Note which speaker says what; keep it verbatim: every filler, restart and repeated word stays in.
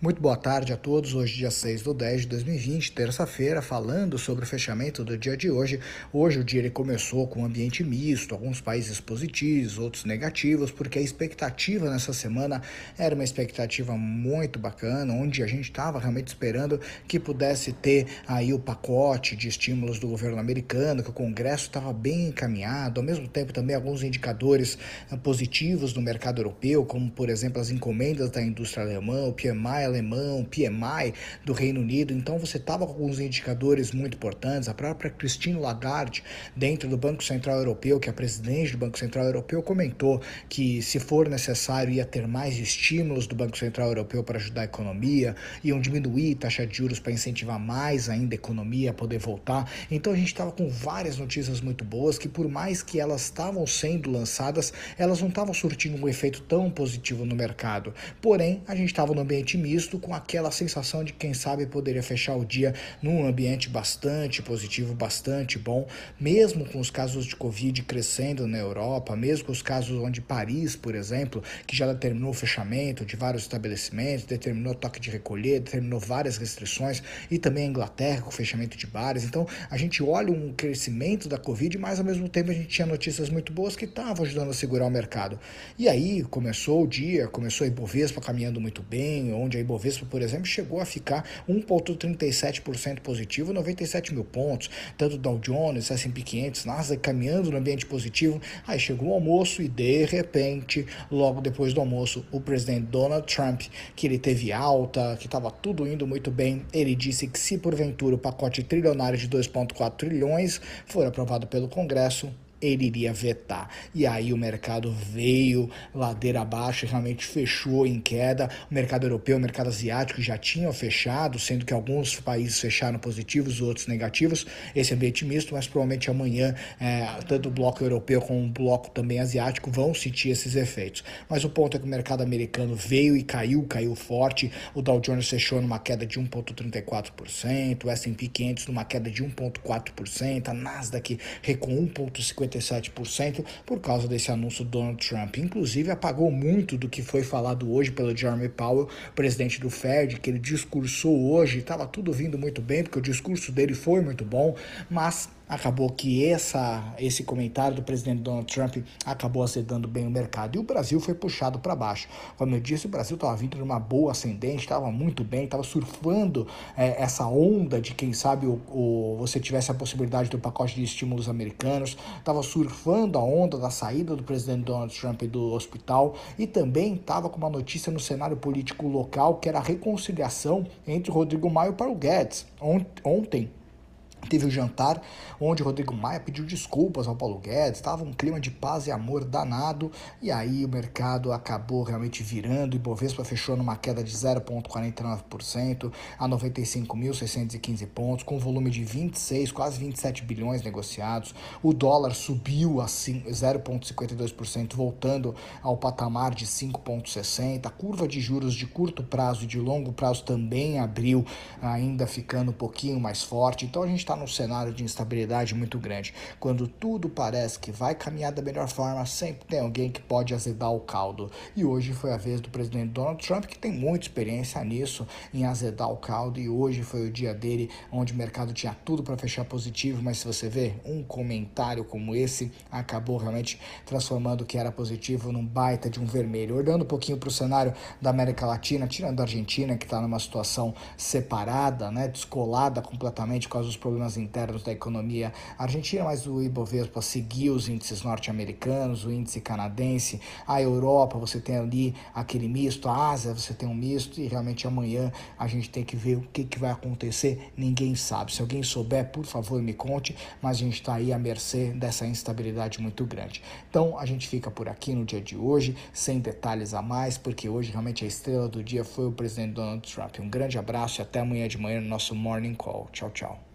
Speaker 1: Muito boa tarde a todos. Hoje, dia seis do dez de dois mil e vinte, terça-feira, falando sobre o fechamento do dia de hoje. Hoje o dia ele começou com um ambiente misto, alguns países positivos, outros negativos, porque a expectativa nessa semana era uma expectativa muito bacana, onde a gente estava realmente esperando que pudesse ter aí o pacote de estímulos do governo americano, que o Congresso estava bem encaminhado, ao mesmo tempo também alguns indicadores positivos no mercado europeu, como por exemplo as encomendas da indústria alemã, o P M I alemão, P M I do Reino Unido. Então você estava com alguns indicadores muito importantes. A própria Christine Lagarde, dentro do Banco Central Europeu, que é a presidente do Banco Central Europeu, comentou que, se for necessário, ia ter mais estímulos do Banco Central Europeu para ajudar a economia, iam diminuir a taxa de juros para incentivar mais ainda a economia a poder voltar. Então a gente estava com várias notícias muito boas que, por mais que elas estavam sendo lançadas, elas não estavam surtindo um efeito tão positivo no mercado. Porém, a gente estava no ambiente misto, com aquela sensação de que, quem sabe, poderia fechar o dia num ambiente bastante positivo, bastante bom, mesmo com os casos de Covid crescendo na Europa, mesmo com os casos onde Paris, por exemplo, que já determinou o fechamento de vários estabelecimentos, determinou toque de recolher, determinou várias restrições, e também a Inglaterra com o fechamento de bares. Então a gente olha um crescimento da Covid, mas ao mesmo tempo a gente tinha notícias muito boas que estavam ajudando a segurar o mercado. E aí começou o dia, começou a Ibovespa caminhando muito bem, onde a Ibovespa, por exemplo, chegou a ficar um vírgula trinta e sete por cento positivo, noventa e sete mil pontos, tanto Dow Jones, S e P quinhentos, Nasdaq caminhando no ambiente positivo. Aí chegou o almoço e, de repente, logo depois do almoço, o presidente Donald Trump, que ele teve alta, que estava tudo indo muito bem, ele disse que, se porventura o pacote trilionário de dois vírgula quatro trilhões for aprovado pelo Congresso, ele iria vetar. E aí o mercado veio ladeira abaixo, realmente fechou em queda. O mercado europeu, o mercado asiático já tinham fechado, sendo que alguns países fecharam positivos, outros negativos. Esse ambiente misto, mas provavelmente amanhã é, tanto o bloco europeu como o bloco também asiático vão sentir esses efeitos. Mas o ponto é que o mercado americano veio e caiu, caiu forte. O Dow Jones fechou numa queda de um vírgula trinta e quatro por cento, o S e P quinhentos numa queda de um vírgula quatro por cento, a Nasdaq recuou um vírgula cinquenta por cento por cento por causa desse anúncio do Donald Trump. Inclusive, apagou muito do que foi falado hoje pelo Jeremy Powell, presidente do Fed, que ele discursou hoje. Estava tudo vindo muito bem, porque o discurso dele foi muito bom, mas acabou que essa, esse comentário do presidente Donald Trump acabou azedando bem o mercado. E o Brasil foi puxado para baixo. Como eu disse, o Brasil estava vindo numa boa ascendente, estava muito bem, estava surfando é, essa onda de, quem sabe, o, o, você tivesse a possibilidade do pacote de estímulos americanos, estava surfando a onda da saída do presidente Donald Trump do hospital, e também estava com uma notícia no cenário político local, que era a reconciliação entre o Rodrigo Maia e o Paulo Guedes. Ontem, teve o jantar onde o Rodrigo Maia pediu desculpas ao Paulo Guedes, estava um clima de paz e amor danado, e aí o mercado acabou realmente virando. O Ibovespa fechou numa queda de zero vírgula quarenta e nove por cento a noventa e cinco mil seiscentos e quinze pontos, com volume de vinte e seis, quase vinte e sete bilhões negociados. O dólar subiu a zero vírgula cinquenta e dois por cento, voltando ao patamar de cinco vírgula sessenta. A curva de juros de curto prazo e de longo prazo também abriu, ainda ficando um pouquinho mais forte. Então a gente está num cenário de instabilidade muito grande. Quando tudo parece que vai caminhar da melhor forma, sempre tem alguém que pode azedar o caldo. E hoje foi a vez do presidente Donald Trump, que tem muita experiência nisso, em azedar o caldo, e hoje foi o dia dele, onde o mercado tinha tudo para fechar positivo, mas se você vê, um comentário como esse acabou realmente transformando o que era positivo num baita de um vermelho. Olhando um pouquinho para o cenário da América Latina, tirando a Argentina, que está numa situação separada, né, descolada completamente por causa dos problemas internos da economia argentina, mas o Ibovespa seguiu os índices norte-americanos, o índice canadense. A Europa, você tem ali aquele misto, a Ásia, você tem um misto, e realmente amanhã a gente tem que ver o que, que vai acontecer, ninguém sabe. Se alguém souber, por favor, me conte, mas a gente está aí à mercê dessa instabilidade muito grande. Então, a gente fica por aqui no dia de hoje, sem detalhes a mais, porque hoje realmente a estrela do dia foi o presidente Donald Trump. Um grande abraço e até amanhã de manhã no nosso Morning Call. Tchau, tchau.